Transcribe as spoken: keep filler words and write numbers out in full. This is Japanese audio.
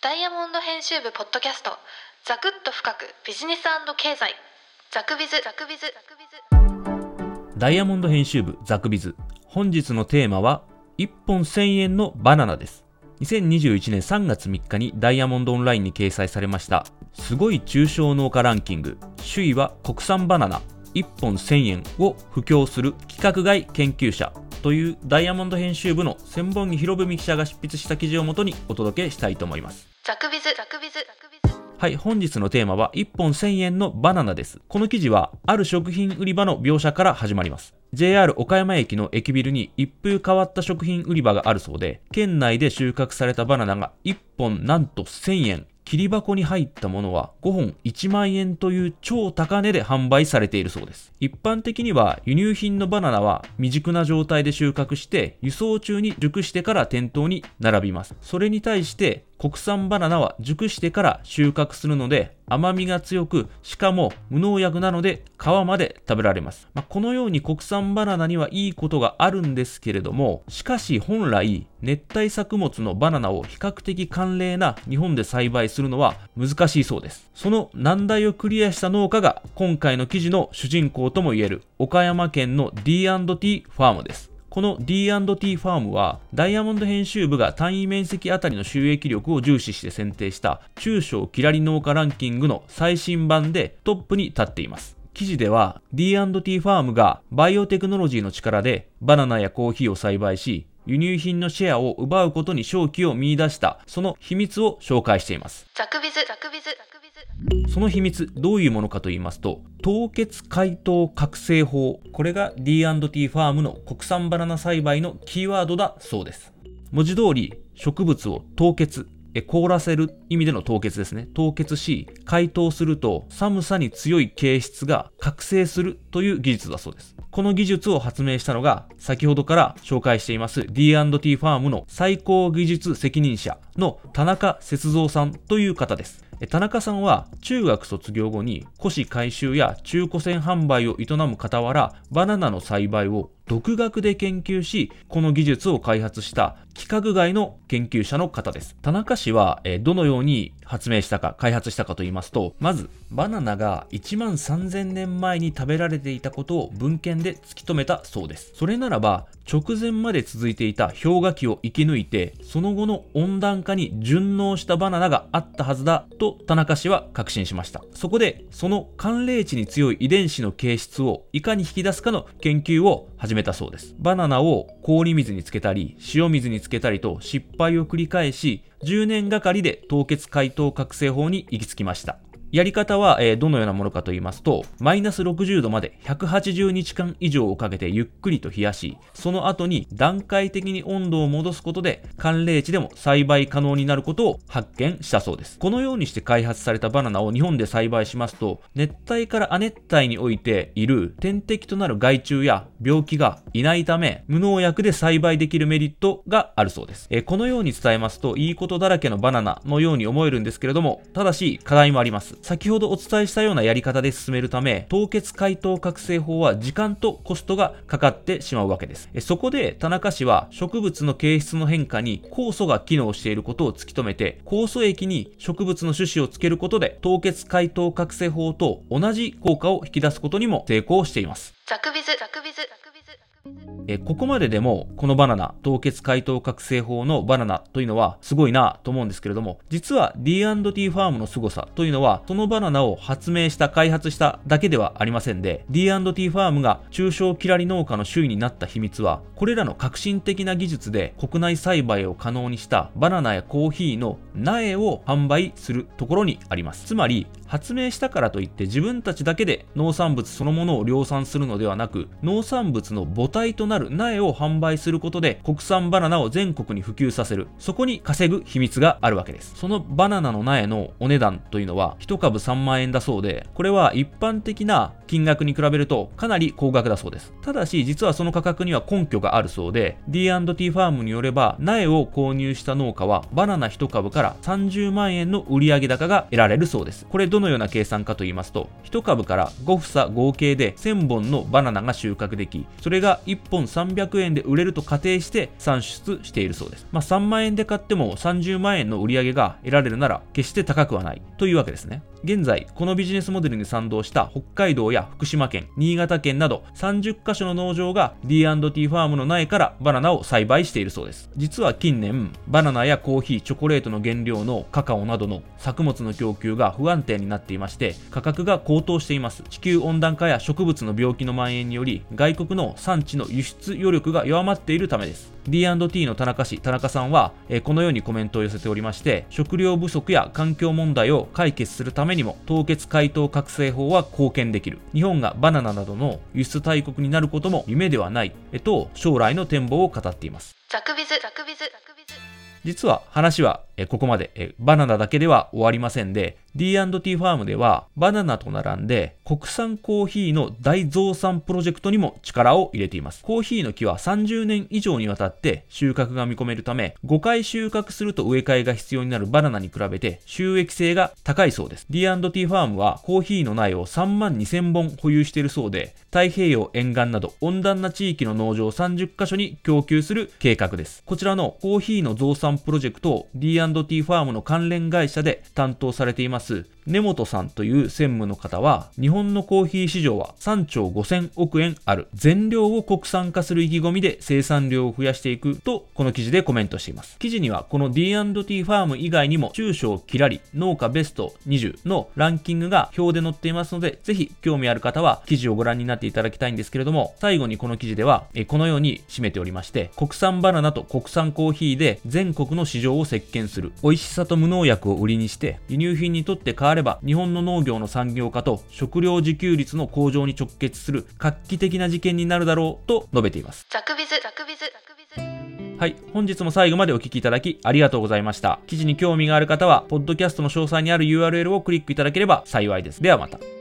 ダイヤモンド編集部ポッドキャスト、ザクッと深くビジネス&経済、ザクビズザクビズザクビズ。 ダイヤモンド編集部ザクビズ。本日のテーマはいっぽんせんえんのバナナです。にせんにじゅういちねんさんがつみっかにダイヤモンドオンラインに掲載されましたすごい中小農家ランキング、首位は国産バナナいっぽんせんえんを布教する規格外研究者というダイヤモンド編集部の千本木博文記者が執筆した記事をもとにお届けしたいと思います。 ザクビズザクビズザクビズ。 はい、本日のテーマはいっぽんせんえんのバナナです。この記事はある食品売り場の描写から始まります。ジェイアール 岡山駅の駅ビルに一風変わった食品売り場があるそうで、県内で収穫されたバナナがいっぽんなんとせんえん、切り箱に入ったものはごほんいちまんえんという超高値で販売されているそうです。一般的には輸入品のバナナは未熟な状態で収穫して輸送中に熟してから店頭に並びます。それに対して国産バナナは熟してから収穫するので甘みが強く、しかも無農薬なので皮まで食べられます。まあ、このように国産バナナにはいいことがあるんですけれども、しかし本来熱帯作物のバナナを比較的寒冷な日本で栽培するのは難しいそうです。その難題をクリアした農家が今回の記事の主人公ともいえる岡山県の ディーアンドティー ファームです。この ディーアンドティー ファームはダイヤモンド編集部が単位面積あたりの収益力を重視して選定した中小キラリ農家ランキングの最新版でトップに立っています。記事では ディーアンドティー ファームがバイオテクノロジーの力でバナナやコーヒーを栽培し、輸入品のシェアを奪うことに商機を見出したその秘密を紹介しています。 ザクビズザクビズザクビズ。 その秘密、どういうものかと言いますと、凍結解凍覚醒法。これが ディーアンドティー ファームの国産バナナ栽培のキーワードだそうです。文字通り植物を凍結、え凍らせる意味での凍結ですね。凍結し解凍すると寒さに強い形質が覚醒するという技術だそうです。この技術を発明したのが先ほどから紹介しています ディーアンドティー ファームの最高技術責任者の田中節三さんという方です。田中さんは中学卒業後に古紙回収や中古船販売を営む傍ら、バナナの栽培を独学で研究し、この技術を開発した規格外の研究者の方です。田中氏はどのように発明したか、開発したかと言いますと、まずバナナがいちまんさんぜんねんまえに食べられていたことを文献で突き止めたそうです。それならば直前まで続いていた氷河期を生き抜いて、その後の温暖化に順応したバナナがあったはずだと田中氏は確信しました。そこでその寒冷地に強い遺伝子の形質をいかに引き出すかの研究を始めたそうです。バナナを氷水につけたり塩水につけたりと失敗を繰り返し、じゅうねんがかりで凍結解凍覚醒法に行き着きました。やり方は、えー、どのようなものかと言いますと、マイナスろくじゅうどまでひゃくはちじゅうにちかん以上をかけてゆっくりと冷やし、その後に段階的に温度を戻すことで寒冷地でも栽培可能になることを発見したそうです。このようにして開発されたバナナを日本で栽培しますと、熱帯から亜熱帯においている天敵となる害虫や病気がいないため、無農薬で栽培できるメリットがあるそうです。えー、このように伝えますといいことだらけのバナナのように思えるんですけれども、ただし課題もあります。先ほどお伝えしたようなやり方で進めるため、凍結解凍覚醒法は時間とコストがかかってしまうわけです。そこで田中氏は植物の形質の変化に酵素が機能していることを突き止めて、酵素液に植物の種子をつけることで凍結解凍覚醒法と同じ効果を引き出すことにも成功しています。 ザクビズザクビズザクビズザクビズ。 えここまででもこのバナナ、凍結解凍覚醒法のバナナというのはすごいなと思うんですけれども、実は ディーアンドティー ファームの凄さというのはそのバナナを発明した開発しただけではありませんで、 ディーアンドティー ファームが中小キラリ農家の首位になった秘密は、これらの革新的な技術で国内栽培を可能にしたバナナやコーヒーの苗を販売するところにあります。つまり発明したからといって自分たちだけで農産物そのものを量産するのではなく、農産物の母体となる苗を販売することで国産バナナを全国に普及させる、そこに稼ぐ秘密があるわけです。そのバナナの苗のお値段というのはいちかぶさんまんえんだそうで、これは一般的な金額に比べるとかなり高額だそうです。ただし実はその価格には根拠があるそうで、 ディーアンドティー ファームによれば苗を購入した農家はバナナいちかぶからさんじゅうまんえんの売上高が得られるそうです。これどどのような計算かと言いますと、いち株からご房合計でせんぼんのバナナが収穫でき、それがいっぽんさんびゃくえんで売れると仮定して算出しているそうです。まあさんまんえんで買ってもさんじゅうまんえんの売り上げが得られるなら決して高くはないというわけですね。現在このビジネスモデルに賛同した北海道や福島県、新潟県などさんじゅっかしょの農場が ディーアンドティー ファームの苗からバナナを栽培しているそうです。実は近年バナナやコーヒー、チョコレートの原料のカカオなどの作物の供給が不安定になっていまして、価格が高騰しています。地球温暖化や植物の病気の蔓延により外国の産地の輸出余力が弱まっているためです。 ディーアンドティー の田中氏田中さんは、えー、このようにコメントを寄せておりまして、食料不足や環境問題を解決するためにも凍結解凍覚醒法は貢献できる。日本がバナナなどの輸出大国になることも夢ではない、えー、と将来の展望を語っています。 ザクビズザクビズザクビズ。 実は話はえここまでえバナナだけでは終わりませんで、 ディーアンドティー ファームではバナナと並んで国産コーヒーの大増産プロジェクトにも力を入れています。コーヒーの木はさんじゅうねん以上にわたって収穫が見込めるため、ごかい収穫すると植え替えが必要になるバナナに比べて収益性が高いそうです。 ディーアンドティー ファームはコーヒーの苗をさんまんにせんぼん保有しているそうで、太平洋沿岸など温暖な地域の農場さんじゅっかしょに供給する計画です。こちらのコーヒーの増産プロジェクトを ディーアンドティー ファームの関連会社で担当されています根本さんという専務の方は、日本のコーヒー市場はさんちょうごせんおくえんある、全量を国産化する意気込みで生産量を増やしていくとこの記事でコメントしています。記事にはこの ディーアンドティー ファーム以外にも中小キラリ農家ベストにじゅうのランキングが表で載っていますので、ぜひ興味ある方は記事をご覧になっていただきたいんですけれども、最後にこの記事ではえこのように締めておりまして、国産バナナと国産コーヒーで全国の市場を席巻する、美味しさと無農薬を売りにして輸入品にとって変われば日本の農業の産業化と食料自給率の向上に直結する画期的な事件になるだろうと述べています。 ザクビズザクビズザクビズ。 はい、本日も最後までお聞きいただきありがとうございました。記事に興味がある方はポッドキャストの詳細にある ユーアールエル をクリックいただければ幸いです。ではまた。